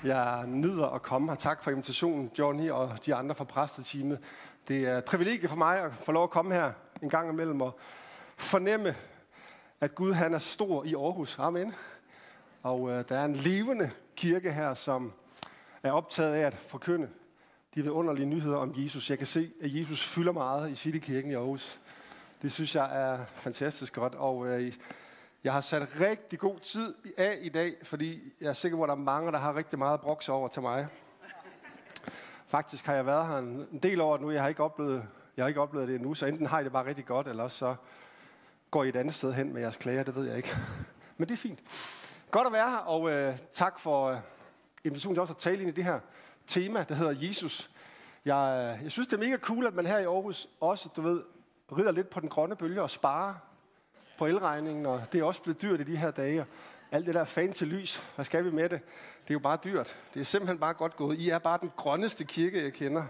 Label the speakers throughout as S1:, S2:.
S1: Jeg nyder at komme her. Tak for invitationen, Johnny og de andre fra præsteteamet. Det er et privilegie for mig at få lov at komme her en gang imellem og fornemme, at Gud han er stor i Aarhus. Amen. Og der er en levende kirke her, som er optaget af at forkynde de vidunderlige nyheder om Jesus. Jeg kan se, at Jesus fylder meget i Citykirken i Aarhus. Det synes jeg er fantastisk godt, og jeg har sat rigtig god tid af i dag, fordi jeg er sikker på, at der er mange, der har rigtig meget brokse over til mig. Faktisk har jeg været her en del år nu. Jeg har ikke oplevet det endnu, så enten har I det bare rigtig godt, eller så går I et andet sted hen med jeres klager, det ved jeg ikke. Men det er fint. Godt at være her, og tak for invitationen til også at tale ind i det her tema, der hedder Jesus. Jeg synes, det er mega cool, at man her i Aarhus også, rider lidt på den grønne bølge og sparer på elregningen, og det er også blevet dyrt i de her dage. Alt det der fancy lys, hvad skal vi med det? Det er jo bare dyrt. Det er simpelthen bare godt gået. I er bare den grønneste kirke, jeg kender.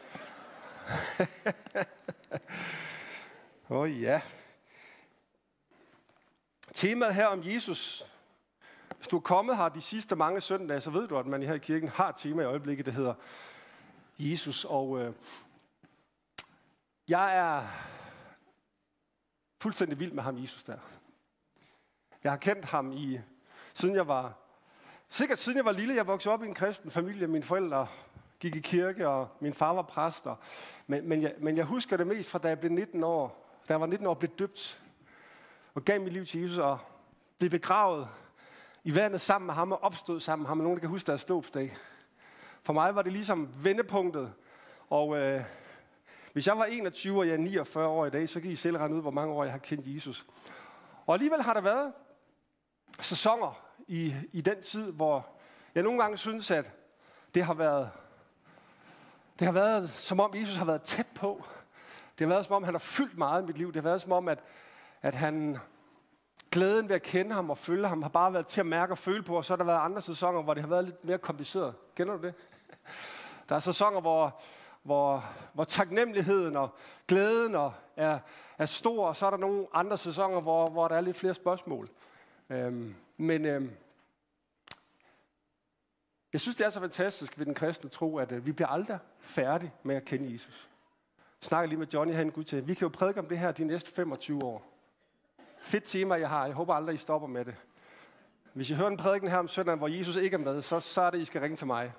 S1: Ja. Temaet her om Jesus. Hvis du er kommet her de sidste mange søndage, så ved du, at man her i kirken har et tema i øjeblikket, der hedder Jesus. Og jeg er fuldstændig vild med ham, Jesus der. Jeg har kendt ham siden jeg var lille. Jeg voksede op i en kristen familie. Mine forældre gik i kirke, og min far var præst. Men jeg husker det mest fra, da jeg blev 19 år. Da jeg var 19 år, blev døbt og gav mit liv til Jesus og blev begravet i vandet sammen med ham og opstod sammen med ham. Nogen, der kan huske deres dåbsdag. For mig var det ligesom vendepunktet. Og hvis jeg var 21 og jeg er 49 år i dag, så kan I selv regne ud, hvor mange år jeg har kendt Jesus. Og alligevel har der været sæsoner i den tid, hvor jeg nogle gange synes, at det har været som om Jesus har været tæt på. Det har været som om han har fyldt meget i mit liv. Det har været som om, at glæden ved at kende ham og følge ham har bare været til at mærke og føle på. Og så har der været andre sæsoner, hvor det har været lidt mere kompliceret. Kender du det? Der er sæsoner, hvor taknemmeligheden og glæden er stor, og så er der nogle andre sæsoner, hvor der er lidt flere spørgsmål. Jeg synes, det er så fantastisk ved den kristne tro, at vi bliver aldrig færdige med at kende Jesus. Jeg snakker lige med Johnny herinde, Gud til. Vi kan jo prædike om det her de næste 25 år. Fedt tema, jeg har. Jeg håber aldrig, I stopper med det. Hvis I hører en prædiken her om søndagen, hvor Jesus ikke er med, så er det, I skal ringe til mig.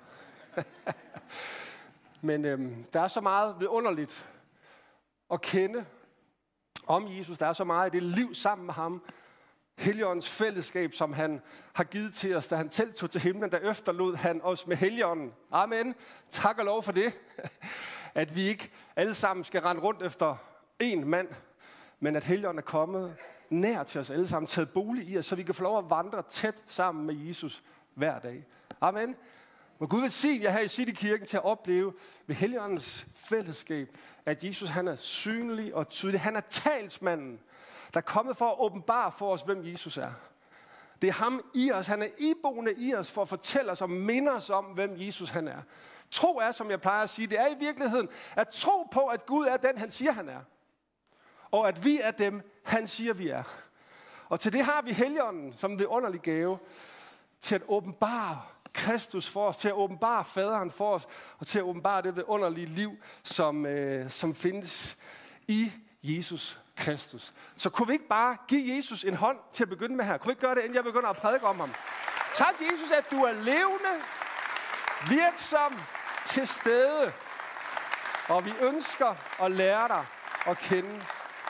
S1: Men der er så meget vidunderligt at kende om Jesus. Der er så meget i det liv sammen med ham. Helligåndens fællesskab, som han har givet til os, da han selv tog til himlen, der efterlod han os med Helligånden. Amen. Tak og lov for det. At vi ikke alle sammen skal rende rundt efter én mand, men at Helligånden er kommet nær til os alle sammen, taget bolig i os, så vi kan få lov at vandre tæt sammen med Jesus hver dag. Amen. Må Gud velsigne jer her i Citykirken til at opleve ved Helligåndens fællesskab, at Jesus han er synlig og tydelig. Han er talsmanden, der er kommet for at åbenbare for os, hvem Jesus er. Det er ham i os. Han er iboende i os for at fortælle os og minde os om, hvem Jesus han er. Tro er, som jeg plejer at sige, det er i virkeligheden at tro på, at Gud er den, han siger, han er. Og at vi er dem, han siger, vi er. Og til det har vi Helligånden som en vidunderlig gave til at åbenbare Kristus for os, til at åbenbare faderen for os, og til at åbenbare det vidunderlige liv, som findes i Jesus Kristus. Så kunne vi ikke bare give Jesus en hånd til at begynde med her? Kunne vi ikke gøre det, inden jeg begynder at prædike om ham? Tak, Jesus, at du er levende, virksom, til stede. Og vi ønsker at lære dig at kende.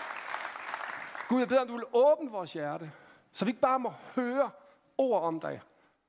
S1: Gud, jeg beder, om du vil åbne vores hjerte, så vi ikke bare må høre ord om dig,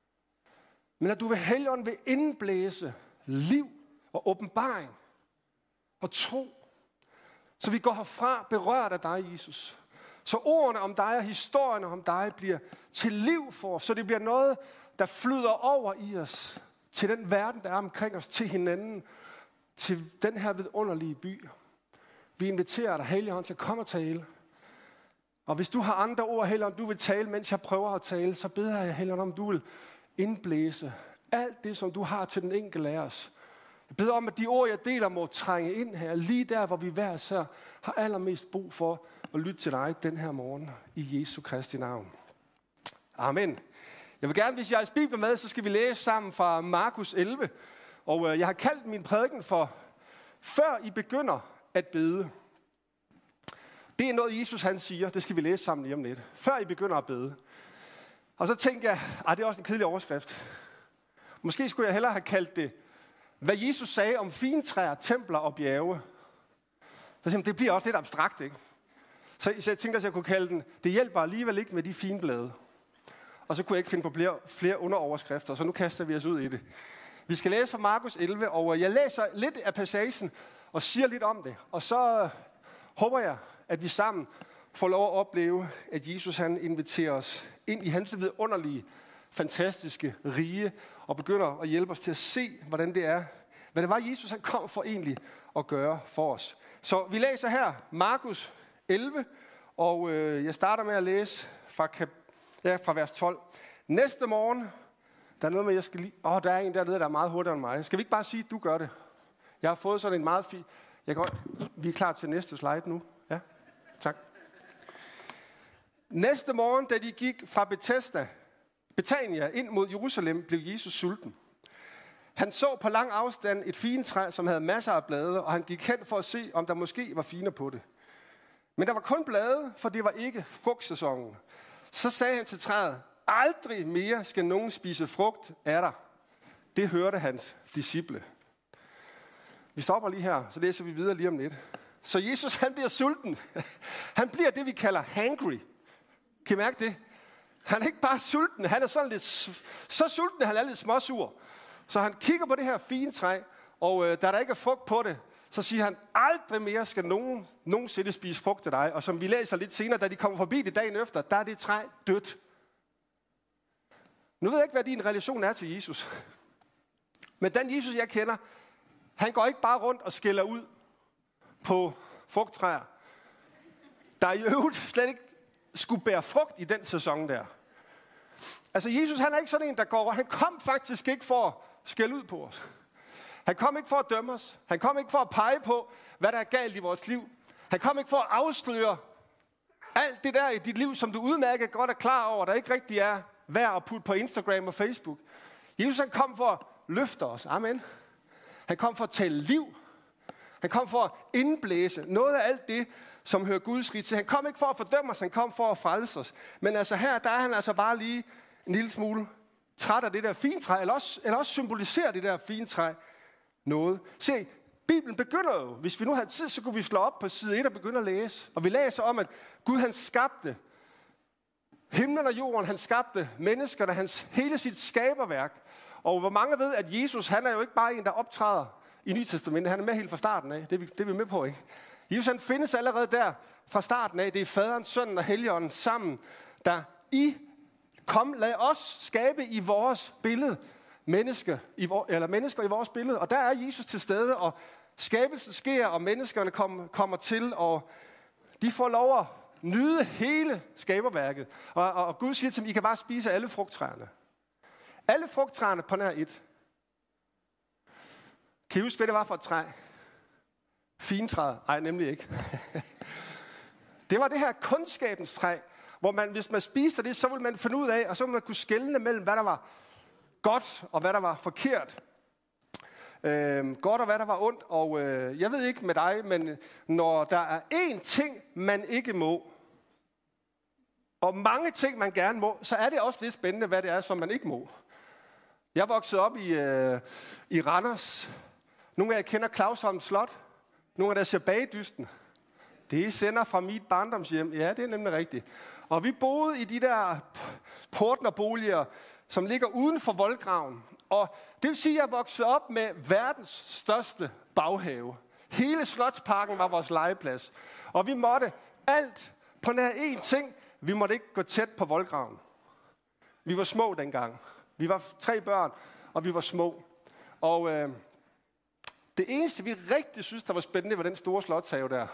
S1: men at du ved Helligånden vil indblæse liv og åbenbaring og tro, så vi går herfra berørt af dig, Jesus. Så ordene om dig og historierne om dig bliver til liv for os, så det bliver noget, der flyder over i os, til den verden, der er omkring os, til hinanden, til den her vidunderlige by. Vi inviterer dig, Helligånd, til at komme og tale. Og hvis du har andre ord, Helligånd, du vil tale, mens jeg prøver at tale, så beder jeg, Helligånd, om du vil indblæse alt det, som du har til den enkelte af os. Jeg beder om, at de ord, jeg deler, må trænge ind her, lige der, hvor vi hver især har allermest brug for at lytte til dig den her morgen, i Jesu Kristi navn. Amen. Jeg vil gerne, hvis jeg har Bibelen med, så skal vi læse sammen fra Markus 11. Og jeg har kaldt min prædiken for, før I begynder at bede. Det er noget, Jesus han siger, det skal vi læse sammen lige om lidt. Før I begynder at bede. Og så tænkte jeg, det er også en kedelig overskrift. Måske skulle jeg hellere have kaldt det, hvad Jesus sagde om fintræer, templer og bjerge. Så det bliver også lidt abstrakt, ikke? Så jeg tænkte, at jeg kunne kalde den, det hjælper alligevel ikke med de fine blade. Og så kunne jeg ikke finde på flere underoverskrifter, så nu kaster vi os ud i det. Vi skal læse fra Markus 11, og jeg læser lidt af passagen og siger lidt om det. Og så håber jeg, at vi sammen får lov at opleve, at Jesus han inviterer os ind i hans vidunderlige, fantastiske rige, og begynder at hjælpe os til at se, hvordan det er, hvad det var, Jesus han kom for egentlig at gøre for os. Så vi læser her Markus 11, og jeg starter med at læse fra vers 12. Næste morgen, der er noget med, jeg skal lige... der er en dernede, der er meget hurtigere end mig. Skal vi ikke bare sige, at du gør det? Jeg har fået sådan en meget fin... Vi er klar til næste slide nu. Ja, tak. Næste morgen, da de gik fra Betania ind mod Jerusalem, blev Jesus sulten. Han så på lang afstand et fintræ, som havde masser af blade, og han gik hen for at se, om der måske var finer på det. Men der var kun blade, for det var ikke frugtsæsonen. Så sagde han til træet, aldrig mere skal nogen spise frugt af dig. Det hørte hans disciple. Vi stopper lige her, så læser vi videre lige om lidt. Så Jesus, han bliver sulten. Han bliver det, vi kalder hangry. Kan I mærke det? Han er ikke bare sulten, han er sådan lidt, så sulten, at han er lidt småsur. Så han kigger på det her fine træ, og da der ikke er frugt på det, så siger han, aldrig mere skal nogen nogensinde spise frugt af dig. Og som vi læser lidt senere, da de kommer forbi det dagen efter, der er det træ dødt. Nu ved jeg ikke, hvad din relation er til Jesus. Men den Jesus, jeg kender, han går ikke bare rundt og skælder ud på frugttræer, der i øvrigt slet ikke skulle bære frugt i den sæson der. Altså Jesus, han er ikke sådan en, der går. Han kom faktisk ikke for at skælde ud på os. Han kom ikke for at dømme os. Han kom ikke for at pege på, hvad der er galt i vores liv. Han kom ikke for at afsløre alt det der i dit liv, som du udmærket godt er klar over, der ikke rigtig er værd at putte på Instagram og Facebook. Jesus, han kom for at løfte os. Amen. Han kom for at tale liv. Han kom for at indblæse noget af alt det, som hører Guds rige til. Han kom ikke for at fordømme os, han kom for at frelse os. Men altså her, der er han altså bare lige en lille smule træt af det der fintræ, eller også symboliserer det der fintræ noget. Se, Bibelen begynder jo, hvis vi nu havde tid, så kunne vi slå op på side 1 og begynde at læse. Og vi læser om, at Gud han skabte himlen og jorden, han skabte menneskerne, hele sit skaberværk. Og hvor mange ved, at Jesus, han er jo ikke bare en, der optræder i Nye Testamentet, han er med helt fra starten af. Det er vi med på, ikke? Jesus, han findes allerede der fra starten af. Det er Faderen, Sønnen og Helligånden sammen, der lad os skabe i vores billede, mennesker i vores billede. Og der er Jesus til stede, og skabelsen sker, og menneskerne kommer til, og de får lov at nyde hele skaberværket. Og Gud siger til dem, I kan bare spise alle frugttræerne. Alle frugttræerne på nær et. Kan I huske, hvad det var for et træ? Fintræet? Nej, nemlig ikke. Det var det her kundskabens træ, hvor hvis man spiste det, så ville man finde ud af, og så ville man kunne skelne mellem, hvad der var godt, og hvad der var forkert. Godt og hvad der var ondt, og jeg ved ikke med dig, men når der er én ting, man ikke må, og mange ting, man gerne må, så er det også lidt spændende, hvad det er, som man ikke må. Jeg voksede op i Randers. Nogle af jer kender Clausholm Slot. Nogle af der ser Bagedysten. Det sender fra mit barndomshjem. Ja, det er nemlig rigtigt. Og vi boede i de der portnerboliger, som ligger uden for voldgraven. Og det vil sige, at jeg voksede op med verdens største baghave. Hele Slotsparken var vores legeplads. Og vi måtte alt på nær én ting. Vi måtte ikke gå tæt på voldgraven. Vi var små dengang. Vi var 3 børn, og vi var små. Og det eneste, vi rigtig synes, der var spændende, var den store slotshave der.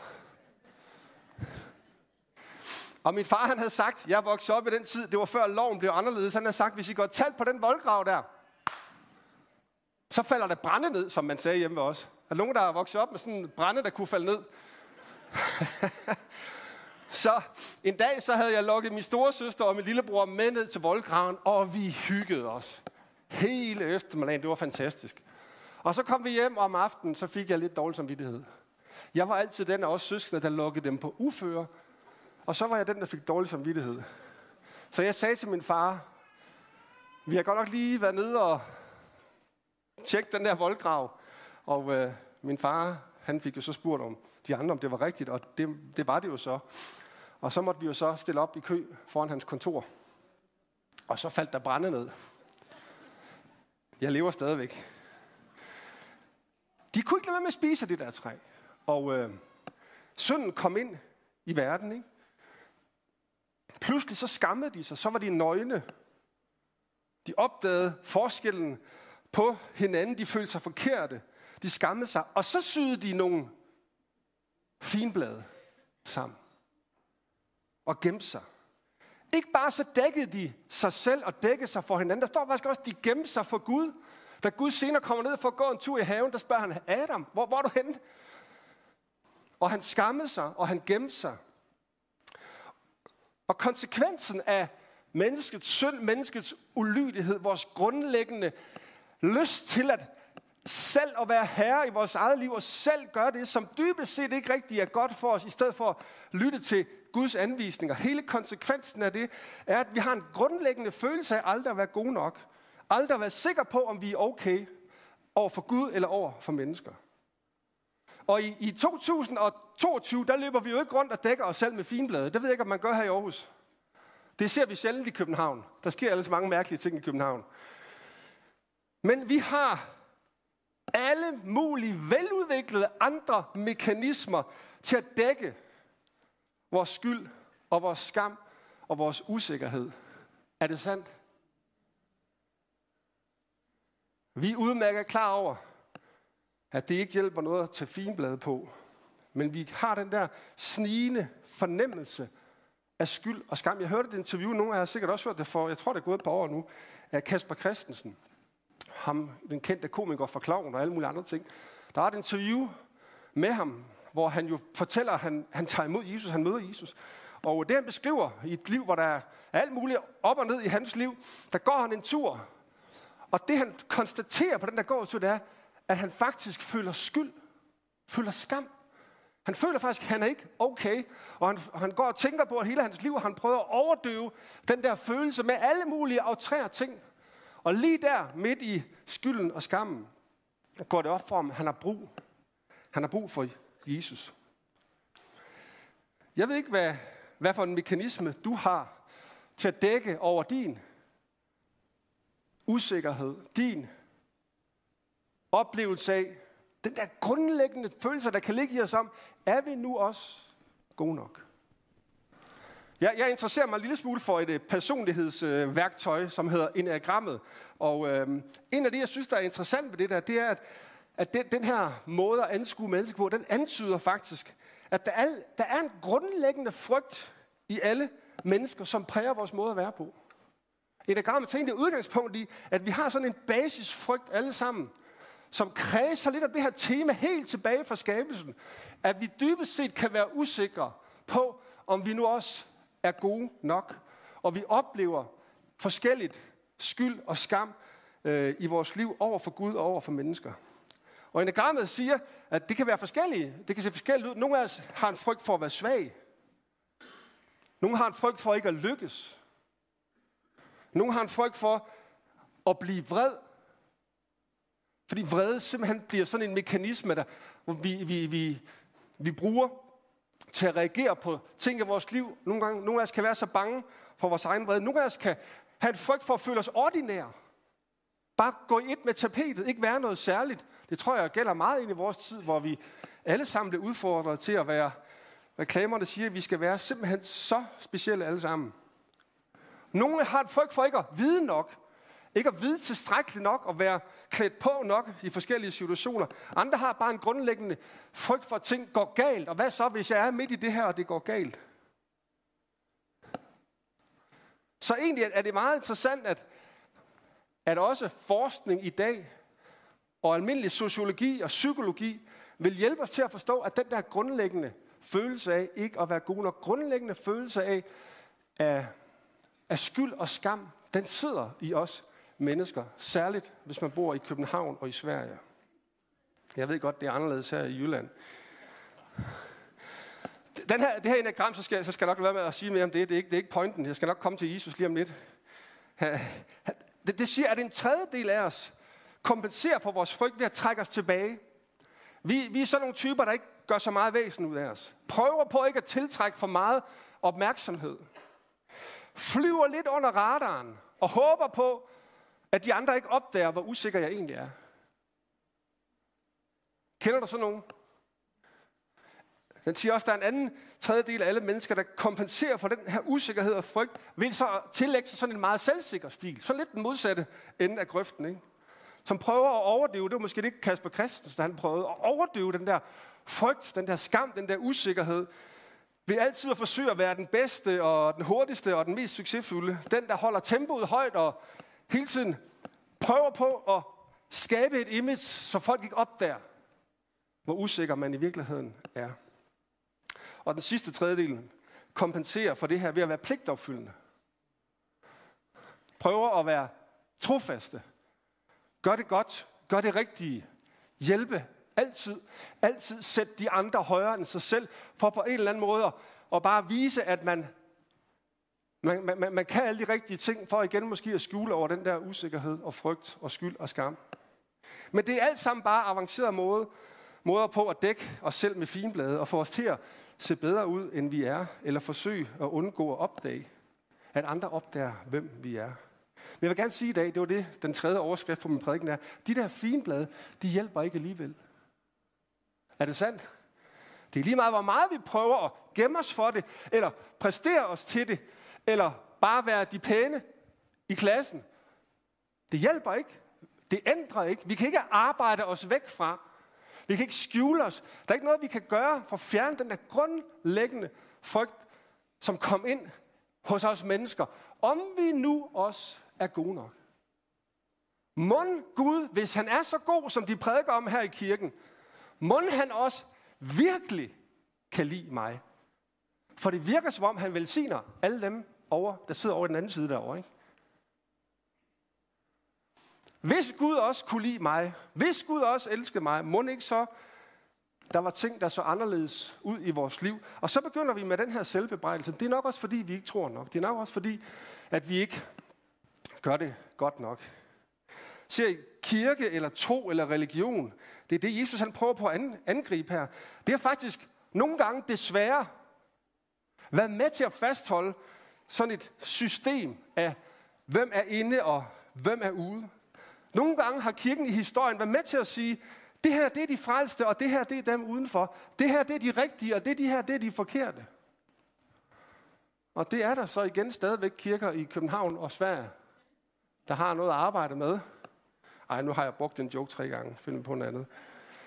S1: Og min far, han havde sagt, jeg voksede op i den tid, det var før loven blev anderledes, han havde sagt, hvis I går tæt på den voldgrav der, så falder der brænde ned, som man sagde hjemme ved os. Er der nogen, der har vokset op med sådan en brænde, der kunne falde ned? Så en dag så havde jeg lukket min storesøster og min lillebror med ned til voldgraven, og vi hyggede os. Hele eftermiddagen, det var fantastisk. Og så kom vi hjem, og om aftenen, så fik jeg lidt dårlig samvittighed. Jeg var altid den af os søskende, der lukkede dem på uføre, og så var jeg den, der fik dårlig samvittighed. Så jeg sagde til min far, vi har godt nok lige været nede og tjekket den der voldgrav, og min far, han fik jo så spurgt om de andre, om det var rigtigt, og det var det jo så. Og så måtte vi jo så stille op i kø foran hans kontor. Og så faldt der brænde ned. Jeg lever stadigvæk. De kunne ikke lade være med at spise det der træ. Og synden kom ind i verden, ikke? Pludselig så skammede de sig, så var de nøgne. De opdagede forskellen på hinanden, de følte sig forkerte. De skammede sig, og så syede de nogle finblade sammen. Og gemte sig. Ikke bare så dækkede de sig selv og dækkede sig for hinanden. Der står faktisk også, at de gemte sig for Gud. Da Gud senere kommer ned for at gå en tur i haven, der spørger han, Adam, hvor er du henne? Og han skammede sig, og han gemte sig. Og konsekvensen af menneskets synd, menneskets ulydighed, vores grundlæggende lyst til at selv at være herre i vores eget liv, og selv gøre det, som dybest set ikke rigtig er godt for os, i stedet for at lytte til Guds anvisninger. Hele konsekvensen af det er, at vi har en grundlæggende følelse af aldrig at være gode nok. Aldrig at være sikker på, om vi er okay over for Gud eller over for mennesker. Og i 2022, der løber vi jo ikke rundt og dækker os selv med finblade. Det ved jeg ikke, om man gør her i Aarhus. Det ser vi sjældent i København. Der sker ellers mange mærkelige ting i København. Men vi har alle mulige veludviklede andre mekanismer til at dække vores skyld og vores skam og vores usikkerhed. Er det sandt? Vi er udmærket klar over, at det ikke hjælper noget at tage finblade på. Men vi har den der snigende fornemmelse af skyld og skam. Jeg hørte et interview, nogle af jer har sikkert også hørt det for, jeg tror det er gået et par år nu, af Kasper Christensen. Ham, den kendte komiker fra Klovn og alle mulige andre ting. Der er et interview med ham, hvor han jo fortæller, at han tager imod Jesus, han møder Jesus. Og det han beskriver i et liv, hvor der er alt muligt op og ned i hans liv, der går han en tur. Og det han konstaterer på den der gåtur, det er, at han faktisk føler skyld, føler skam. Han føler faktisk, at han er ikke okay, og han går og tænker på, at hele hans liv, han prøver at overdøve den der følelse med alle mulige autrære ting. Og lige der, midt i skylden og skammen, går det op for ham, han har brug for Jesus. Jeg ved ikke, hvad for en mekanisme du har til at dække over din usikkerhed, din oplevelse af den der grundlæggende følelse, der kan ligge i os om, er vi nu også gode nok? Jeg interesserer mig en lille smule for et personlighedsværktøj, som hedder Enneagrammet. Og en af det, jeg synes, der er interessant ved det der, det er, at den her måde at anskue mennesker på, den antyder faktisk, at der er en grundlæggende frygt i alle mennesker, som præger vores måde at være på. Enneagrammet tager egentlig udgangspunkt i, at vi har sådan en basisfrygt alle sammen, som kredser lidt om det her tema helt tilbage fra skabelsen, at vi dybest set kan være usikre på, om vi nu også er gode nok, og vi oplever forskelligt skyld og skam i vores liv over for Gud og over for mennesker. Og Enneagrammet siger, at det kan være forskellige. Det kan se forskelligt ud. Nogle af os har en frygt for at være svag. Nogle har en frygt for ikke at lykkes. Nogle har en frygt for at blive vred. Fordi vrede simpelthen bliver sådan en mekanisme, hvor vi bruger til at reagere på ting i vores liv. Nogle af os kan være så bange for vores egen vrede. Nogle af os kan have en frygt for at føle os ordinære. Bare gå i et med tapetet, ikke være noget særligt. Det tror jeg gælder meget ind i vores tid, hvor vi alle sammen bliver udfordret til at være, reklamerne siger, at vi skal være simpelthen så specielle alle sammen. Nogle har en frygt for ikke at vide nok. Ikke at vide tilstrækkeligt nok og være klædt på nok i forskellige situationer. Andre har bare en grundlæggende frygt for, at ting går galt. Og hvad så, hvis jeg er midt i det her, og det går galt? Så egentlig er det meget interessant, at også forskning i dag, og almindelig sociologi og psykologi, vil hjælpe os til at forstå, at den der grundlæggende følelse af ikke at være god nok, grundlæggende følelse af skyld og skam, den sidder i os mennesker, særligt hvis man bor i København og i Sverige. Jeg ved godt, det er anderledes her i Jylland. Det her enagram, så skal jeg nok være med at sige mere om det. Det er ikke pointen. Jeg skal nok komme til Jesus lige om lidt. Det siger, at en tredjedel af os kompenserer for vores frygt ved at trække os tilbage. Vi er sådan nogle typer, der ikke gør så meget væsen ud af os. Prøver på ikke at tiltrække for meget opmærksomhed. Flyver lidt under radaren og håber på, at de andre ikke opdager, hvor usikker jeg egentlig er. Kender du sådan nogen? Den siger også, at der er en anden tredjedel af alle mennesker, der kompenserer for den her usikkerhed og frygt, ved så tillægge sig sådan en meget selvsikker stil. Så lidt den modsatte ende af grøften, ikke? Som prøver at overdøve, det var måske ikke Kasper Christensen, han prøvede at overdøve den der frygt, den der skam, den der usikkerhed, ved altid at forsøge at være den bedste og den hurtigste og den mest succesfulde. Den, der holder tempoet højt og hele tiden prøver på at skabe et image, så folk ikke opdager, hvor usikker man i virkeligheden er. Og den sidste tredjedel kompenserer for det her ved at være pligtopfyldende. Prøver at være trofaste. Gør det godt. Gør det rigtige. Hjælpe. Altid sætte de andre højere end sig selv, for på en eller anden måde at bare vise, at man kan alle de rigtige ting, for igen måske at skjule over den der usikkerhed og frygt og skyld og skam. Men det er alt sammen bare avancerede måder på at dække os selv med finblade og få os til at se bedre ud, end vi er, eller forsøge at undgå at opdage, at andre opdager, hvem vi er. Men jeg vil gerne sige i dag, det var det, den tredje overskrift på min prædiken er, de der finblade, de hjælper ikke alligevel. Er det sandt? Det er lige meget, hvor meget vi prøver at gemme os for det, eller præstere os til det, eller bare være de pæne i klassen. Det hjælper ikke. Det ændrer ikke. Vi kan ikke arbejde os væk fra. Vi kan ikke skjule os. Der er ikke noget, vi kan gøre for at fjerne den der grundlæggende frygt, som kom ind hos os mennesker. Om vi nu også er gode nok. Mon Gud, hvis han er så god, som de prædiker om her i kirken, mon han også virkelig kan lide mig. For det virker som om, han velsigner alle dem over, der sidder over den anden side derovre, ikke? Hvis Gud også kunne lide mig, hvis Gud også elskede mig, må ikke så, der var ting, der så anderledes ud i vores liv. Og så begynder vi med den her selvbebrejdelse. Det er nok også, fordi vi ikke tror nok. Det er nok også, fordi at vi ikke gør det godt nok. Så kirke eller tro eller religion, det er det, Jesus han prøver på at angribe her. Det er faktisk nogle gange desværre været med til at fastholde sådan et system af, hvem er inde og hvem er ude. Nogle gange har kirken i historien været med til at sige, det her det er de frelste, og det her det er dem udenfor. Det her det er de rigtige, og det her det er de forkerte. Og det er der så igen stadigvæk kirker i København og Sverige, der har noget at arbejde med. Ej, nu har jeg brugt en joke 3 gange. Find på noget andet.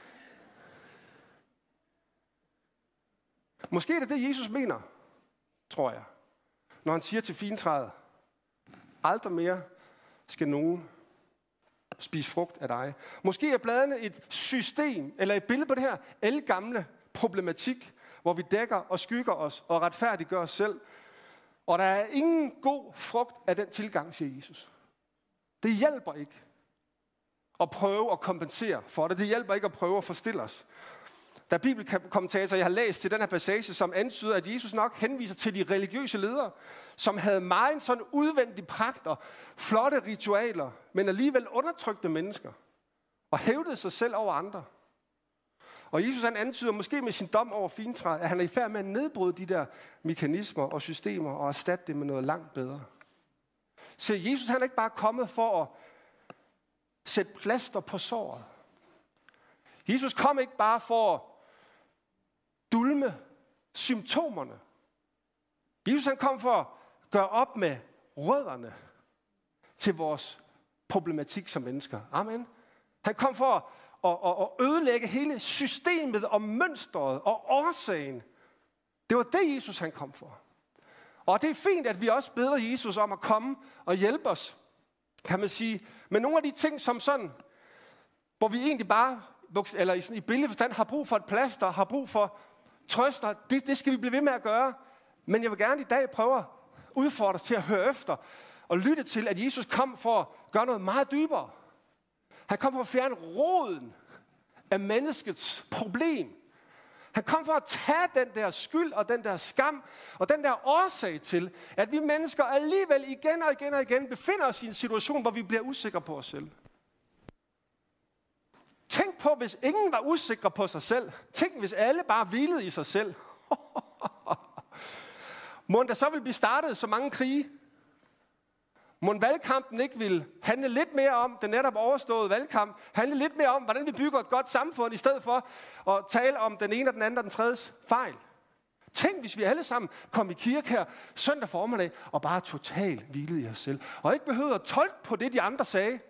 S1: Måske er det det, Jesus mener, tror jeg. Når han siger til fintræet, aldrig mere skal nogen spise frugt af dig. Måske er bladene et system, eller et billede på det her ældgamle problematik, hvor vi dækker og skygger os og retfærdiggør os selv. Og der er ingen god frugt af den tilgang, siger Jesus. Det hjælper ikke at prøve at kompensere for det. Det hjælper ikke at prøve at forstille os. Der er bibelkommentatorer, jeg har læst til den her passage, som antyder, at Jesus nok henviser til de religiøse ledere, som havde meget sådan udvendig pragt og flotte ritualer, men alligevel undertrykte mennesker og hævdede sig selv over andre. Og Jesus han antyder måske med sin dom over fintræet, at han er i færd med at nedbryde de der mekanismer og systemer og erstatte det med noget langt bedre. Så Jesus han er ikke bare kommet for at sætte plaster på såret. Jesus kom ikke bare for at dulme symptomerne. Jesus han kom for at gøre op med rødderne til vores problematik som mennesker. Amen. Han kom for at ødelægge hele systemet og mønstret og årsagen. Det var det, Jesus han kom for. Og det er fint, at vi også beder Jesus om at komme og hjælpe os, kan man sige, med nogle af de ting, som sådan, hvor vi egentlig bare, eller i billedlig forstand, har brug for et plaster, har brug for trøster, det skal vi blive ved med at gøre. Men jeg vil gerne i dag prøve at udfordre os til at høre efter og lytte til, at Jesus kom for at gøre noget meget dybere. Han kom for at fjerne roden af menneskets problem. Han kom for at tage den der skyld og den der skam og den der årsag til, at vi mennesker alligevel igen og igen og igen befinder os i en situation, hvor vi bliver usikre på os selv. Tænk på, hvis ingen var usikre på sig selv. Tænk, hvis alle bare hvilede i sig selv. Må der så vil blive startet så mange krige? Må valgkampen ikke vil handle lidt mere om den netop overståede valgkamp, handle lidt mere om, hvordan vi bygger et godt samfund, i stedet for at tale om den ene og den anden og den tredjes fejl. Tænk, hvis vi alle sammen kom i kirke her søndag formiddag og bare totalt hvilede i os selv, og ikke behøvede at tolke på det, de andre sagde.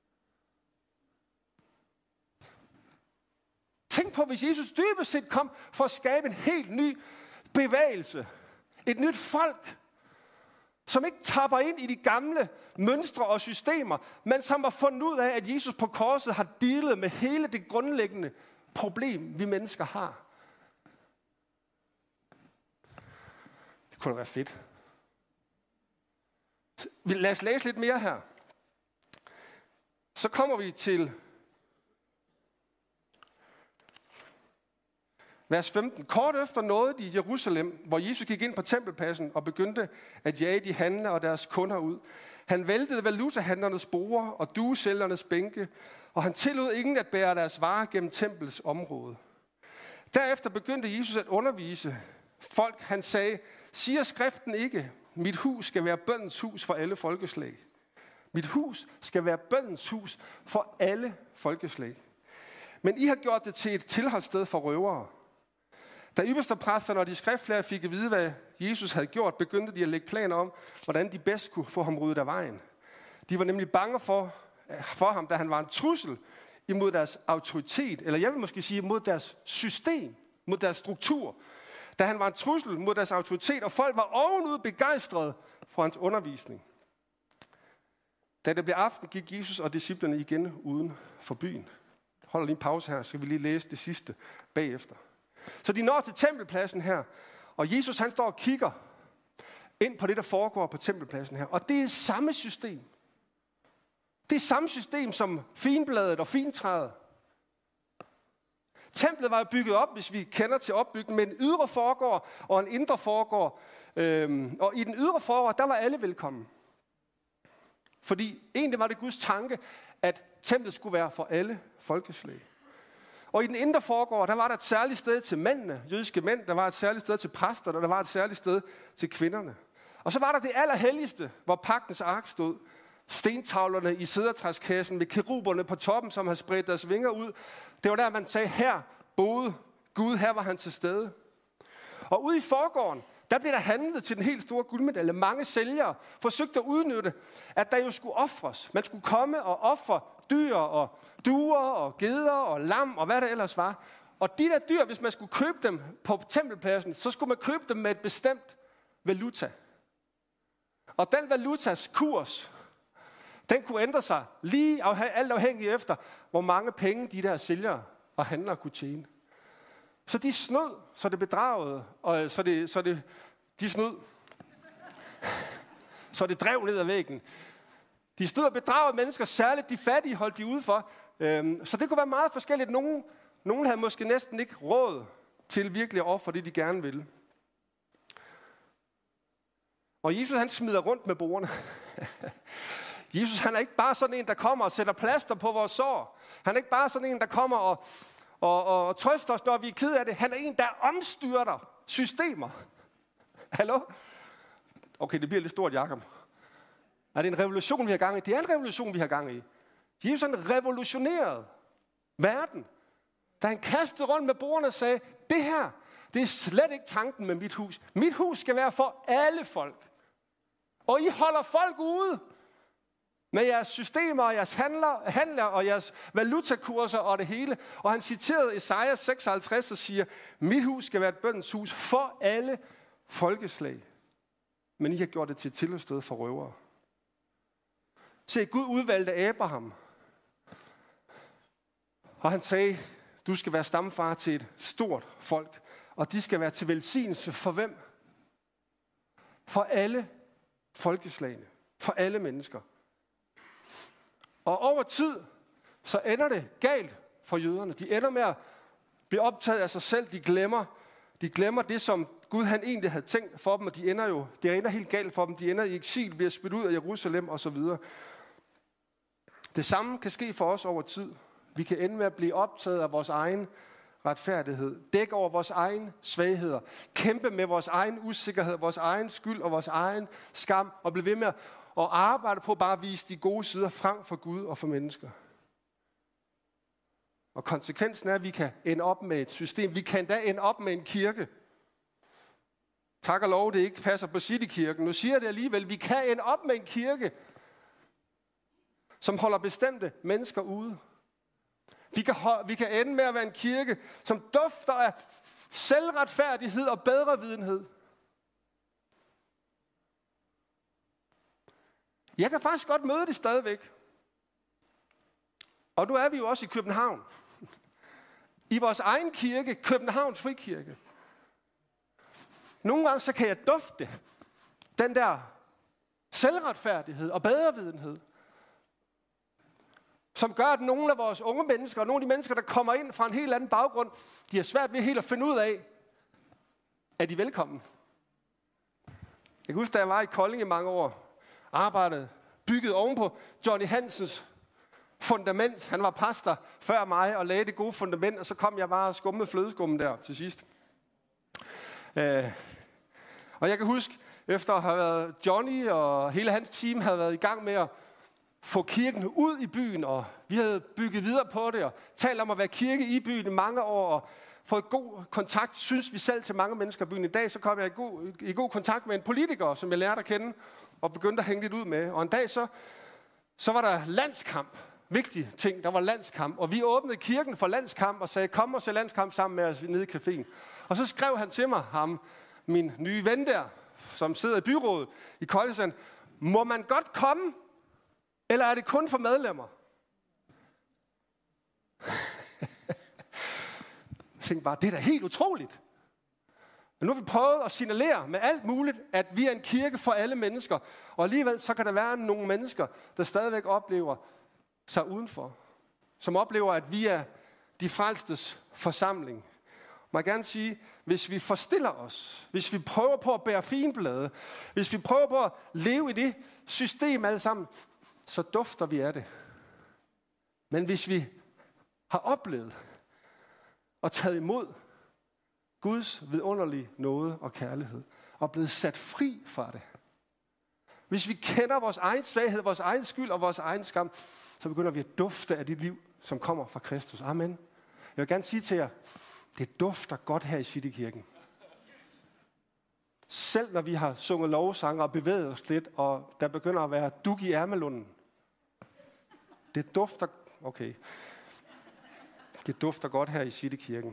S1: Tænk på, hvis Jesus dybest set kom for at skabe en helt ny bevægelse, et nyt folk, som ikke tapper ind i de gamle mønstre og systemer, men som har fundet ud af, at Jesus på korset har dealet med hele det grundlæggende problem, vi mennesker har. Det kunne da være fedt. Lad os læse lidt mere her. Så kommer vi til vers 15. Kort efter nåede de Jerusalem, hvor Jesus gik ind på tempelpladsen og begyndte at jage de handlere og deres kunder ud. Han væltede valutahandlernes borde og duesælgernes bænke, og han tillod ingen at bære deres varer gennem templets område. Derefter begyndte Jesus at undervise folk. Han sagde, siger skriften ikke, mit hus skal være bøndens hus for alle folkeslag. Mit hus skal være bøndens hus for alle folkeslag. Men I har gjort det til et tilholdssted for røvere. Da ypperstepræsterne og de skriftlærde fik at vide, hvad Jesus havde gjort, begyndte de at lægge planer om, hvordan de bedst kunne få ham ryddet af vejen. De var nemlig bange for ham, da han var en trussel imod deres autoritet, eller jeg vil måske sige imod deres system, mod deres struktur. Da han var en trussel mod deres autoritet, og folk var ovenud begejstrede for hans undervisning. Da det blev aften, gik Jesus og disciplerne igen uden for byen. Hold lige en pause her, så skal vi lige læse det sidste bagefter. Så de når til tempelpladsen her, og Jesus han står og kigger ind på det, der foregår på tempelpladsen her. Og det er samme system. Det er samme system som finbladet og fintræet. Templet var bygget op, hvis vi kender til opbygningen, med en ydre forgård og en indre forgård. Og i den ydre forgård, der var alle velkommen. Fordi egentlig var det Guds tanke, at templet skulle være for alle folkeslag. Og i den indre forgård, der var der et særligt sted til mændene, jødiske mænd, der var et særligt sted til præster, og der var et særligt sted til kvinderne. Og så var der det allerhelligste, hvor pagtens ark stod. Stentavlerne i cedertræskassen med keruberne på toppen, som havde spredt deres vinger ud. Det var der, man sagde, her boede Gud, her var han til stede. Og ude i forgården, der blev der handlet til den helt store guldmedalje. Mange sælgere forsøgte at udnytte, at der jo skulle ofres. Man skulle komme og ofre dyr og duer og geder og lam og hvad der ellers var. Og de der dyr, hvis man skulle købe dem på tempelpladsen, så skulle man købe dem med et bestemt valuta. Og den valutas kurs, den kunne ændre sig lige alt afhængigt efter, hvor mange penge de der sælgere og handlere kunne tjene. Så de snød, så det bedragede, og de snød, så det drev ned ad væggen. De snød og bedragede mennesker, særligt de fattige holdt de udenfor. Så det kunne være meget forskelligt. Nogen havde måske næsten ikke råd til virkelig at ofre det, de gerne ville. Og Jesus han smider rundt med bordene. Jesus han er ikke bare sådan en, der kommer og sætter plaster på vores sår. Han er ikke bare sådan en, der kommer og trøster os, når vi er ked af det. Han er en, der omstyrter systemer. Hallo? Okay, det bliver lidt stort, Jakob. Er det en revolution, vi har gang i? Det er en revolution, vi har gang i. Jesus han revolutionerede verden. Da han kastede rundt med bordene og sagde, det her, det er slet ikke tanken med mit hus. Mit hus skal være for alle folk. Og I holder folk ude med jeres systemer og jeres handler og jeres valutakurser og det hele. Og han citerede Esajas 56 og siger, mit hus skal være et bøndens hus for alle folkeslag. Men I har gjort det til et tilholdssted for røvere. Se, Gud udvalgte Abraham. Og han sagde, du skal være stamfar til et stort folk. Og de skal være til velsignelse for hvem? For alle folkeslagene. For alle mennesker. Og over tid, så ender det galt for jøderne. De ender med at blive optaget af sig selv. De glemmer det, som Gud han egentlig havde tænkt for dem, og det ender helt galt for dem. De ender i eksil, bliver spyttet ud af Jerusalem osv. Det samme kan ske for os over tid. Vi kan ende med at blive optaget af vores egen retfærdighed. Dække over vores egen svagheder. Kæmpe med vores egen usikkerhed, vores egen skyld og vores egen skam. Og blive ved med at arbejde på bare at vise de gode sider frem for Gud og for mennesker. Og konsekvensen er, at vi kan ende op med et system. Vi kan endda ende op med en kirke. Tak og lov, det ikke passer på Citykirken. Nu siger jeg det alligevel. Vi kan ende op med en kirke, som holder bestemte mennesker ude. Vi kan ende med at være en kirke, som dufter af selvretfærdighed og bedrevidenhed. Jeg kan faktisk godt møde det stadigvæk. Og nu er vi jo også i København. I vores egen kirke, Københavns Frikirke. Nogle gange så kan jeg dufte den der selvretfærdighed og bedrevidenhed, som gør, at nogle af vores unge mennesker, og nogle af de mennesker, der kommer ind fra en helt anden baggrund, de har svært ved helt at finde ud af, at de er velkommen. Jeg kan huske, da jeg var i Kolding i mange år, arbejdede, bygget ovenpå Johnny Hansens fundament. Han var pastor før mig og lagde det gode fundament, og så kom jeg bare og skummede flødeskummen der til sidst. Og jeg kan huske, efter at have været Johnny og hele hans team havde været i gang med at få kirken ud i byen, og vi havde bygget videre på det, og talt om at være kirke i byen i mange år, og fået god kontakt, synes vi selv, til mange mennesker i byen. I dag så kom jeg i god kontakt med en politiker, som jeg lærte at kende, og begyndte at hænge lidt ud med. Og en dag så var der landskamp. Vigtig ting, der var landskamp. Og vi åbnede kirken for landskamp og sagde, kom og se landskamp sammen med os nede i caféen. Og så skrev han til mig, min nye ven der, som sidder i byrådet i Kolding, må man godt komme, eller er det kun for medlemmer? Jeg tænkte bare, det er da helt utroligt. Men nu har vi prøvet at signalere med alt muligt, at vi er en kirke for alle mennesker. Og alligevel så kan der være nogle mennesker, der stadigvæk oplever sig udenfor. Som oplever, at vi er de frelstes forsamling. Må jeg gerne sige, hvis vi forstiller os, hvis vi prøver på at bære finblade, hvis vi prøver på at leve i det system alle sammen, så dufter vi af det. Men hvis vi har oplevet og taget imod Guds vidunderlige nåde og kærlighed, og blevet sat fri fra det. Hvis vi kender vores egen svaghed, vores egen skyld og vores egen skam, så begynder vi at dufte af det liv, som kommer fra Kristus. Amen. Jeg vil gerne sige til jer, det dufter godt her i Citykirken. Selv når vi har sunget lovsange og bevæget os lidt, og der begynder at være dug i ærmelunden. Det dufter godt her i Citykirken.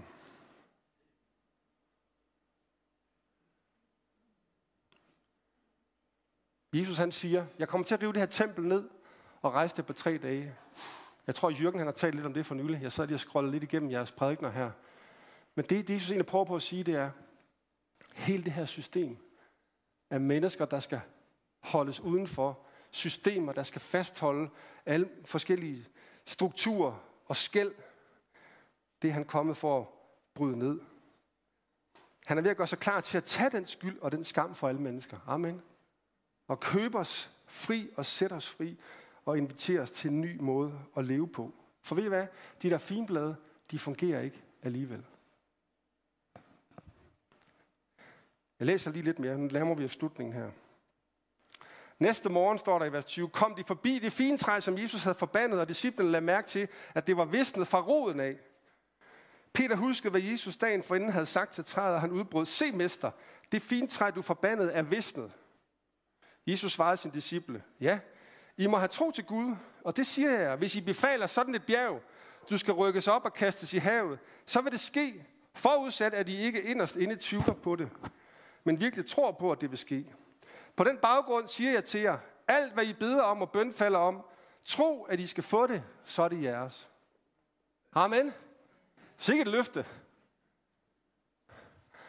S1: Jesus han siger, jeg kommer til at rive det her tempel ned og rejse det på 3 dage. Jeg tror, Jürgen han har talt lidt om det for nylig. Jeg sad lige og scrollede lidt igennem jeres prædikener her. Men det Jesus egentlig prøver på at sige, det er, hele det her system af mennesker, der skal holdes udenfor. Systemer, der skal fastholde alle forskellige strukturer og skel. Det er han kommet for at bryde ned. Han er ved at gøre sig klar til at tage den skyld og den skam for alle mennesker. Amen. Og købe os fri og sætte os fri og invitere os til en ny måde at leve på. For ved I hvad? De der finblade, de fungerer ikke alligevel. Jeg læser lige lidt mere, nu nærmer vi os slutningen her. Næste morgen står der i vers 20, kom de forbi det fine træ, som Jesus havde forbandet, og disciplene lagde mærke til, at det var visnet fra roden af. Peter huskede, hvad Jesus dagen forinden havde sagt til træet, og han udbrød, se mester, det fine træ, du forbandede, er visnet. Jesus svarede sin disciple, ja, I må have tro til Gud, og det siger jeg, hvis I befaler sådan et bjerg, du skal rykkes op og kastes i havet, så vil det ske, forudsat at I ikke inderst inde tvivler på det, men virkelig tror på, at det vil ske. På den baggrund siger jeg til jer, alt hvad I beder om og bønfalder om, tro, at I skal få det, så er det jeres. Amen. Sikkert løfte.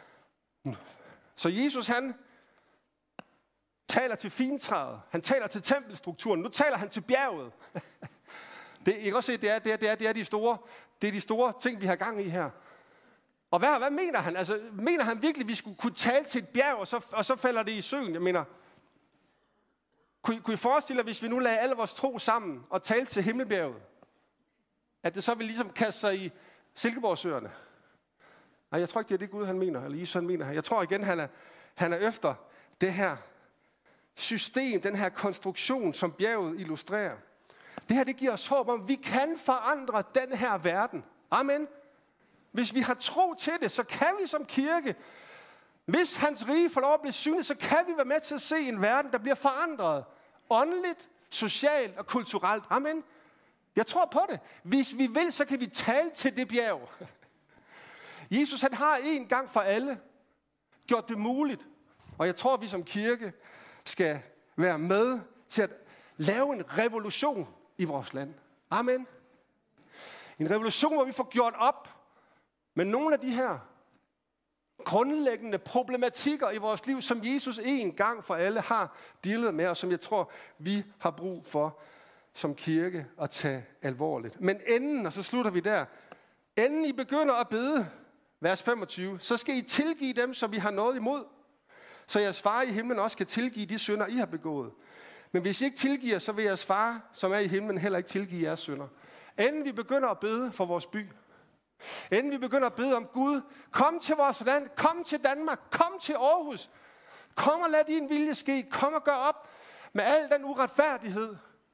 S1: Så Jesus, han taler til fintræet. Han taler til tempelstrukturen. Nu taler han til bjerget. I kan også se, det er de store ting, vi har gang i her. Og hvad mener han? Altså, mener han virkelig, at vi skulle kunne tale til et bjerg, og så falder det i søen? Jeg mener, kunne I forestille jer, hvis vi nu lagde alle vores tro sammen og talte til himmelbjerget, at det så ville ligesom kaste sig i Silkeborgsøerne? Nej, jeg tror ikke, det er det Gud, han mener, eller Jesus, han mener. Jeg tror igen, han er efter det her system, den her konstruktion, som bjerget illustrerer. Det her, det giver os håb om, at vi kan forandre den her verden. Amen. Hvis vi har tro til det, så kan vi som kirke, hvis hans rige får lov at blive synligt, så kan vi være med til at se en verden, der bliver forandret. Åndeligt, socialt og kulturelt. Amen. Jeg tror på det. Hvis vi vil, så kan vi tale til det bjerg. Jesus, han har en gang for alle gjort det muligt. Og jeg tror, at vi som kirke skal være med til at lave en revolution i vores land. Amen. En revolution, hvor vi får gjort op med nogle af de her grundlæggende problematikker i vores liv, som Jesus en gang for alle har dealet med, og som jeg tror, vi har brug for som kirke at tage alvorligt. Men enden, og så slutter vi der, enden I begynder at bede, vers 25, så skal I tilgive dem, som vi har noget imod, så jeres far i himlen også kan tilgive de synder, I har begået. Men hvis I ikke tilgiver, så vil jeres far, som er i himlen, heller ikke tilgive jeres synder. Inden vi begynder at bede for vores by, inden vi begynder at bede om Gud, kom til vores land, kom til Danmark, kom til Aarhus, kom og lad din vilje ske, kom og gør op med al den uretfærdighed.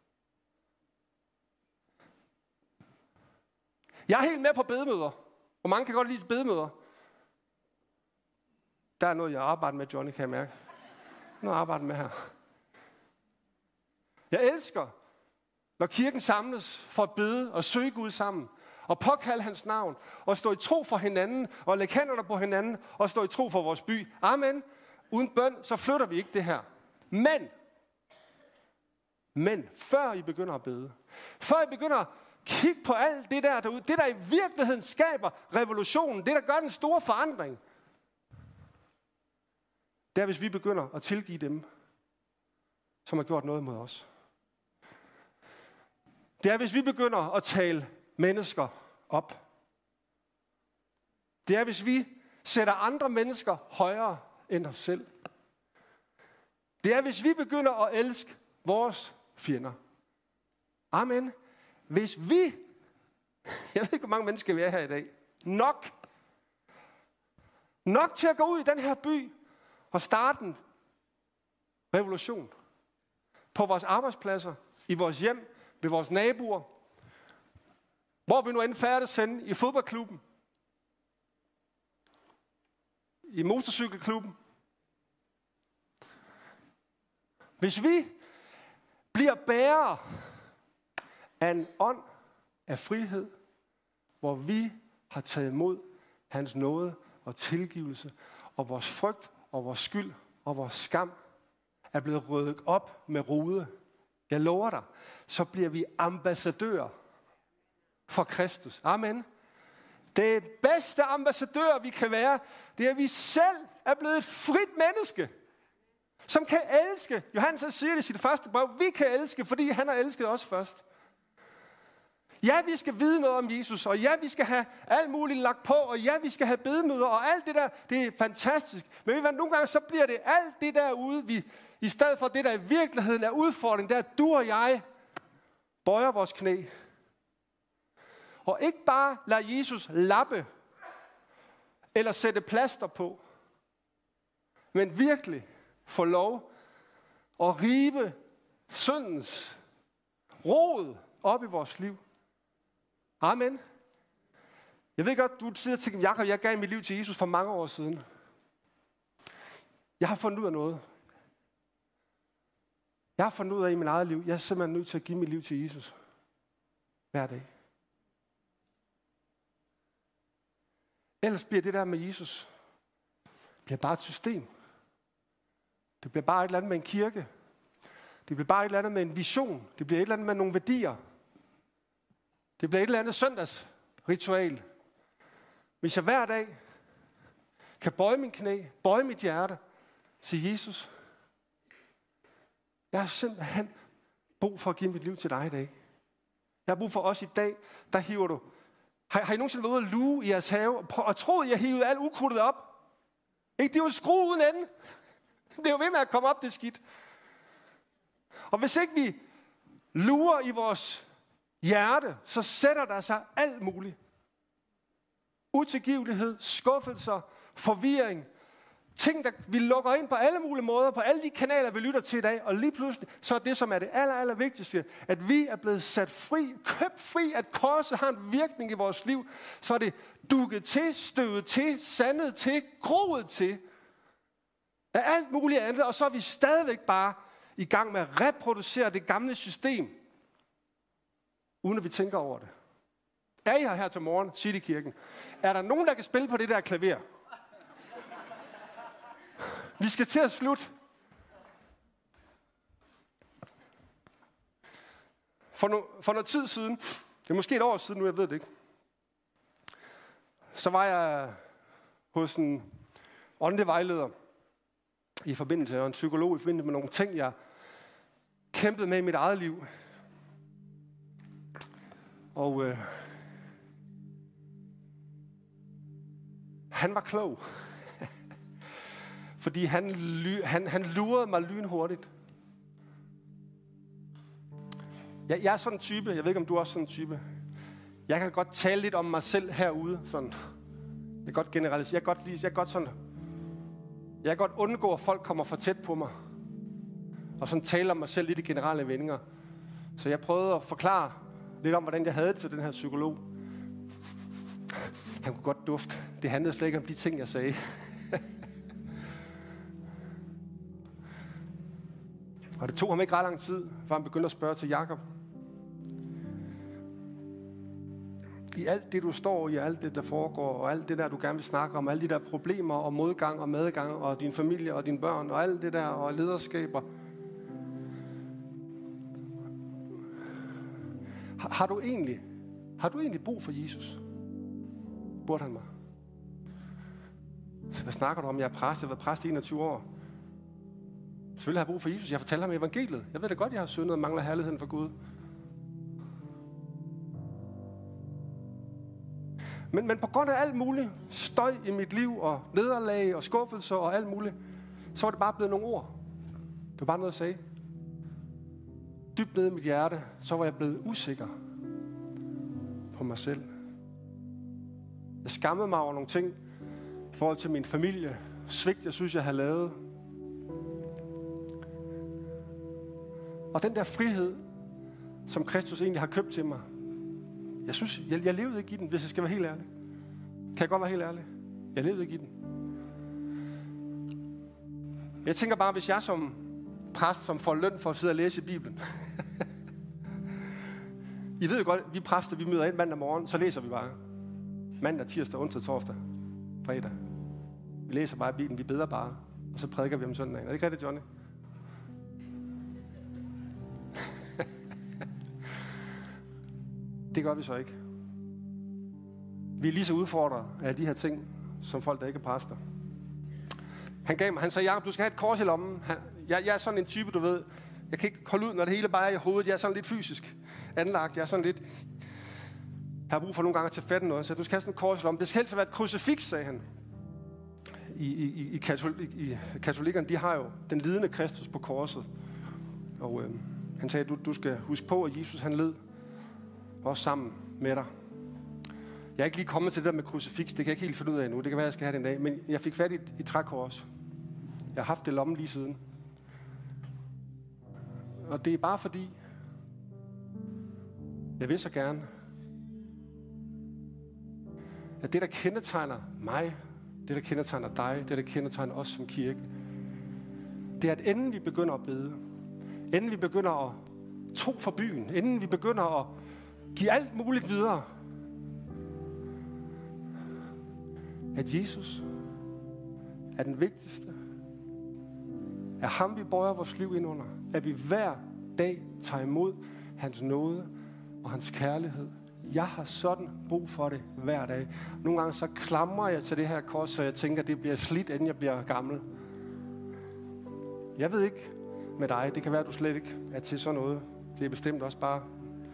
S1: Jeg er helt med på bedemøder, og mange kan godt lide bedemøder. Der er noget, jeg arbejder med, Johnny, kan jeg mærke. Noget jeg arbejder med her. Jeg elsker, når kirken samles for at bede og søge Gud sammen, og påkalde hans navn, og stå i tro for hinanden, og lægge hænderne på hinanden, og stå i tro for vores by. Amen. Uden bøn, så flytter vi ikke det her. Men, før I begynder at bede, før I begynder at kigge på alt det der derude, det der i virkeligheden skaber revolutionen, det der gør den store forandring, det er, hvis vi begynder at tilgive dem, som har gjort noget mod os. Det er, hvis vi begynder at tale mennesker op. Det er, hvis vi sætter andre mennesker højere end os selv. Det er, hvis vi begynder at elske vores fjender. Amen. Hvis vi, jeg ved ikke, hvor mange mennesker vi er her i dag, nok til at gå ud i den her by og starte en revolution på vores arbejdspladser, i vores hjem, ved vores naboer, hvor vi nu end færdes henne, i fodboldklubben, i motorcykelklubben. Hvis vi bliver bærere af en ånd af frihed, hvor vi har taget imod hans nåde og tilgivelse, og vores frygt og vores skyld og vores skam er blevet ryddet op med rude, jeg lover dig, så bliver vi ambassadører for Kristus. Amen. Det bedste ambassadør, vi kan være, det er, at vi selv er blevet et frit menneske, som kan elske. Johannes siger det i sit første brev. Vi kan elske, fordi han har elsket os først. Ja, vi skal vide noget om Jesus, og ja, vi skal have alt muligt lagt på, og ja, vi skal have bedemøder, og alt det der, det er fantastisk. Men nogle gange så bliver det alt det derude, i stedet for det, der i virkeligheden er udfordringen, det er, at du og jeg bøjer vores knæ. Og ikke bare lade Jesus lappe, eller sætte plaster på, men virkelig få lov at rive syndens rod op i vores liv. Amen. Jeg ved godt, du sidder og tænker, Jakob, jeg gav mit liv til Jesus for mange år siden. Jeg har fundet ud af noget. Jeg har fundet ud af i mit eget liv, jeg er simpelthen nødt til at give mit liv til Jesus. Hver dag. Ellers bliver det der med Jesus, bliver bare et system. Det bliver bare et eller andet med en kirke. Det bliver bare et eller andet med en vision. Det bliver et eller andet med nogle værdier. Det bliver et eller andet søndagsritual. Hvis jeg hver dag kan bøje min knæ, bøje mit hjerte, sige, Jesus, jeg har simpelthen brug for at give mit liv til dig i dag. Jeg har brug for os i dag, der hiver du. Har I nogensinde været ude at luge i jeres have, og troede, jeg hivede alt ukrudtet op? Ikke? Det er jo skru uden ende. Det bliver jo ved med at komme op, det skidt. Og hvis ikke vi lurer i vores hjerte, så sætter der sig alt muligt. Utilgivelighed, skuffelser, forvirring. Ting, der vi lukker ind på alle mulige måder, på alle de kanaler, vi lytter til i dag. Og lige pludselig, så er det, som er det aller vigtigste, at vi er blevet sat fri, købt fri, at korset har en virkning i vores liv. Så er det dukket til, støvet til, sandet til, groet til. Af alt muligt andet, og så er vi stadigvæk bare i gang med at reproducere det gamle system, uden at vi tænker over det. Er I her til morgen, Citykirken? Er der nogen, der kan spille på det der klaver? Vi skal til at slutte. For noget tid siden, det er måske et år siden nu, jeg ved det ikke, så var jeg hos en åndelig vejleder i forbindelse med en psykolog, i forbindelse med nogle ting, jeg kæmpede med i mit eget liv. Og han var klog. Fordi han lurede mig lynhurtigt. Jeg er sådan en type, jeg ved ikke, om du er også sådan en type. Jeg kan godt tale lidt om mig selv herude. Sådan. Jeg kan godt generalisere. Jeg kan godt undgå, at folk kommer for tæt på mig. Og sådan tale om mig selv lidt i generelle vendinger. Så jeg prøvede at forklare lidt om, hvordan jeg havde det til den her psykolog. Han kunne godt dufte. Det handlede slet ikke om de ting, jeg sagde. Og det tog ham ikke ret lang tid, før han begyndte at spørge til Jakob. I alt det, du står i, alt det, der foregår, og alt det der, du gerne vil snakke om, alle de der problemer og modgang og medgang, og din familie og dine børn, og alt det der, og lederskaber. Har du egentlig brug for Jesus? Spurgte han mig. Hvad snakker du om? Jeg er præst. Jeg har været præst i 21 år. Selvfølgelig har jeg brug for Jesus. Jeg fortæller ham evangeliet. Jeg ved da godt, jeg har syndet og mangler herligheden for Gud. Men på grund af alt muligt støj i mit liv, og nederlag og skuffelser og alt muligt, så var det bare blevet nogle ord. Det var bare noget, jeg sagde. Dybt nede i mit hjerte, så var jeg blevet usikker på mig selv. Jeg skammede mig over nogle ting i forhold til min familie. Svigt, jeg synes, jeg havde lavet. Og den der frihed, som Kristus egentlig har købt til mig, jeg synes, jeg levede ikke i den, hvis jeg skal være helt ærlig. Kan jeg godt være helt ærlig? Jeg levede ikke i den. Jeg tænker bare, hvis jeg som præst, som får løn for at sidde og læse i Bibelen. I ved jo godt, vi præster, vi møder ind mandag morgen, så læser vi bare. Mandag, tirsdag, onsdag, torsdag, fredag. Vi læser bare i Bibelen, vi beder bare, og så prædiker vi om søndagen. Er det ikke rigtigt, Johnny? Det gør vi så ikke. Vi er lige så udfordret af de her ting, som folk, der ikke er præster. Han sagde, Jakob, du skal have et kors i lommen. Jeg er sådan en type, du ved. Jeg kan ikke holde ud, når det hele bare er i hovedet. Jeg er sådan lidt fysisk anlagt. Jeg er sådan lidt... Jeg har brug for nogle gange at tage fat i noget, så du skal have sådan et kors i lommen. Det skal helst være et krucifiks, sagde han. I katolikkerne, de har jo den lidende Kristus på korset. Og han sagde, du skal huske på, at Jesus han led også sammen med dig. Jeg er ikke lige kommet til det der med krucifiks. Det kan jeg ikke helt finde ud af endnu. Det kan være, jeg skal have det en dag. Men jeg fik fat i et trækors. Jeg har haft det i lommen lige siden. Og det er bare fordi, jeg vil så gerne, at det, der kendetegner mig, det, der kendetegner dig, det, der kendetegner os som kirke, det er, at inden vi begynder at bede, inden vi begynder at tro for byen, inden vi begynder at give alt muligt videre, at Jesus er den vigtigste. Er ham, vi bøjer vores liv ind under. At vi hver dag tager imod hans nåde og hans kærlighed jeg har sådan brug for det hver dag. Nogle gange så klamrer jeg til det her kors, så jeg tænker, at det bliver slidt, inden jeg bliver gammel. Jeg ved ikke med dig, det kan være, at du slet ikke er til sådan noget. Det er bestemt også bare...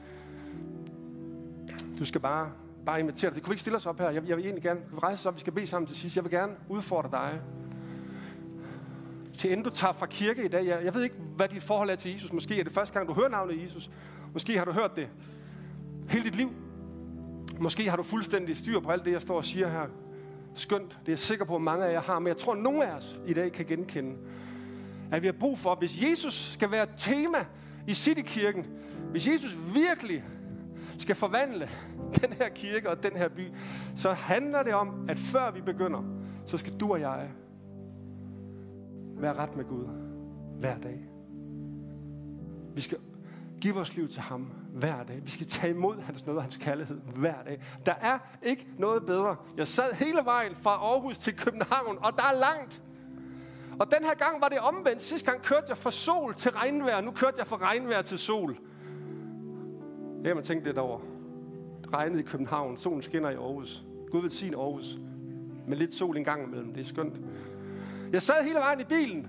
S1: Du skal bare invitere dig. Det kunne vi ikke stille os op her. Jeg vil egentlig gerne rejse os op. Vi skal bede sammen til sidst. Jeg vil gerne udfordre dig. Til inden du tager fra kirke i dag. Jeg ved ikke, hvad dit forhold er til Jesus. Måske er det første gang, du hører navnet Jesus. Måske har du hørt det hele dit liv. Måske har du fuldstændig styr på alt det, jeg står og siger her. Skønt. Det er jeg sikker på, at mange af jer har. Men jeg tror, at nogle af os i dag kan genkende, at vi har brug for, hvis Jesus skal være et tema i Citykirken, hvis Jesus virkelig skal forvandle den her kirke og den her by, så handler det om, at før vi begynder, så skal du og jeg være ret med Gud hver dag. Vi skal give vores liv til ham hver dag. Vi skal tage imod hans nåde og hans kærlighed hver dag. Der er ikke noget bedre. Jeg sad hele vejen fra Aarhus til København, og der er langt. Og den her gang var det omvendt. Sidste gang kørte jeg fra sol til regnvejr. Nu kørte jeg fra regnvejr til sol. Jeg har tænkt lidt over. Det regnede i København. Solen skinner i Aarhus. Gud velsigne Aarhus. Med lidt sol en gang imellem. Det er skønt. Jeg sad hele vejen i bilen.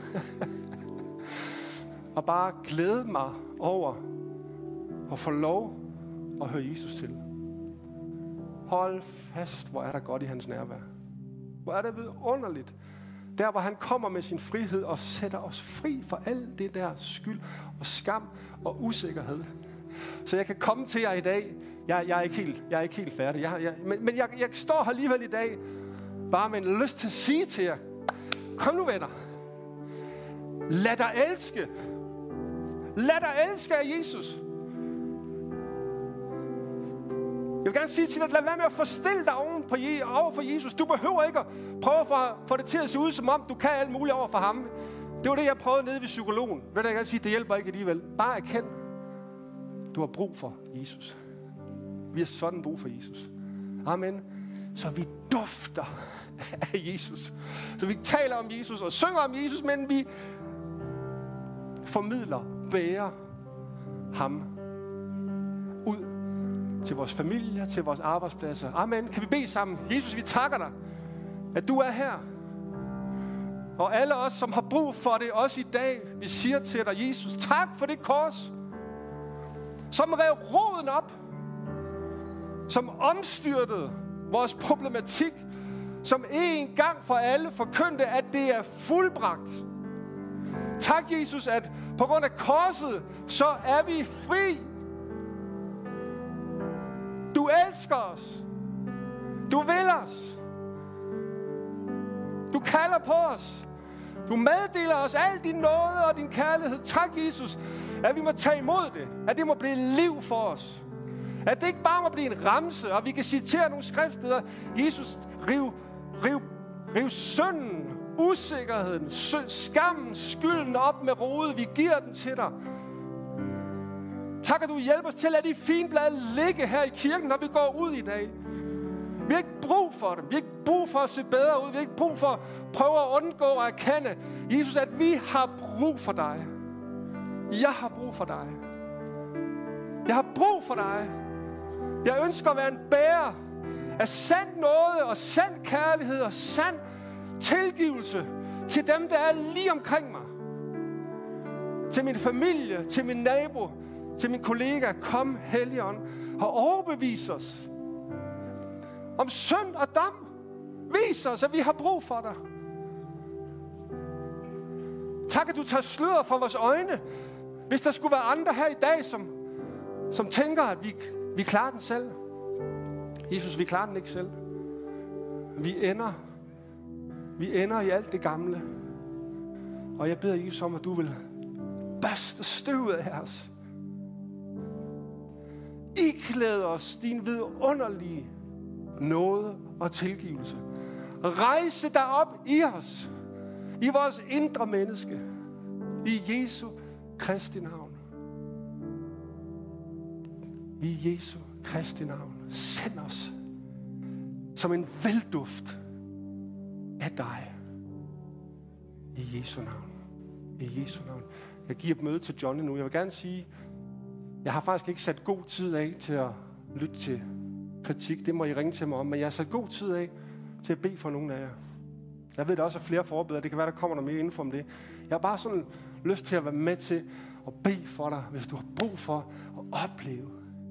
S1: og bare glædede mig over at få lov at høre Jesus til. Hold fast, hvor er der godt i hans nærvær. Hvor er det vidunderligt. Der, hvor han kommer med sin frihed og sætter os fri for alt det der skyld og skam og usikkerhed. Så jeg kan komme til jer i dag. Jeg er ikke helt færdig. Men jeg står her alligevel i dag bare med en lyst til at sige til jer. Kom nu, venner. Lad dig elske. Lad dig elske af Jesus. Jeg vil gerne sige til dig, lad være med at forstille dig over for Jesus. Du behøver ikke at prøve at få det til at se ud, som om du kan alt muligt over for ham. Det var det, jeg prøvede nede ved psykologen. Ved du, jeg kan sige, det hjælper ikke alligevel. Bare erkend, du har brug for Jesus. Vi har sådan brug for Jesus. Amen. Så vi dufter af Jesus. Så vi taler om Jesus og synger om Jesus, men vi formidler, bærer ham ud til vores familie, til vores arbejdspladser. Amen. Kan vi bede sammen? Jesus, vi takker dig, at du er her. Og alle os, som har brug for det, også i dag, vi siger til dig, Jesus, tak for det kors, som rev roden op, som omstyrtede vores problematik, som en gang for alle forkyndte, at det er fuldbragt. Tak, Jesus, at på grund af korset, så er vi fri. Du elsker os. Du vil os. Du kalder på os. Du meddeler os al din nåde og din kærlighed. Tak, Jesus, at vi må tage imod det. At det må blive liv for os. At det ikke bare må blive en ramse, og vi kan citere nogle skriftsteder. Jesus, riv synden, usikkerheden, skammen, skylden op med rode. Vi giver den til dig. Tak, at du hjælper os til at lade de fine blade ligge her i kirken, når vi går ud i dag. Vi har ikke brug for dem. Vi har ikke brug for at se bedre ud. Vi har ikke brug for at prøve at undgå at erkende, Jesus, at vi har brug for dig. Jeg har brug for dig. Jeg har brug for dig. Jeg ønsker at være en bærer af sand nåde og sand kærlighed og sand tilgivelse til dem, der er lige omkring mig. Til min familie, til min nabo, til min kollega. Kom, Helligånd, og overbevis os om synd og dom. Vis os, at vi har brug for dig. Tak, at du tager sløret fra vores øjne. Hvis der skulle være andre her i dag, som tænker, at vi klarer den selv. Jesus, vi klarer den ikke selv. Vi ender i alt det gamle. Og jeg beder Jesus om, at du vil børste støvet af os. Iklæde os din vidunderlige nåde og tilgivelse. Rejse dig op i os, i vores indre menneske, i Jesu Kristi navn. I Jesu Kristi navn. Send os som en velduft af dig. I Jesu navn. I Jesu navn. Jeg giver et møde til Johnny nu. Jeg vil gerne sige, jeg har faktisk ikke sat god tid af til at lyt til kritik. Det må I ringe til mig om. Men jeg har sat god tid af til at bede for nogle af jer. Jeg ved, der også er flere forbedre. Det kan være, der kommer noget mere info om det. Jeg har bare sådan lyst til at være med til at bede for dig, hvis du har brug for at opleve.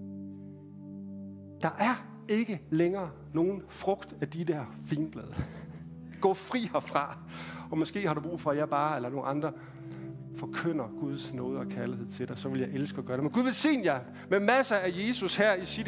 S1: Der er ikke længere nogen frugt af de der finblade. Gå fri herfra. Og måske har du brug for, at jeg bare eller nogle andre forkynder Guds nåde og kærlighed til dig. Så vil jeg elske at gøre det. Men Gud velsigne jer med masser af Jesus her i sit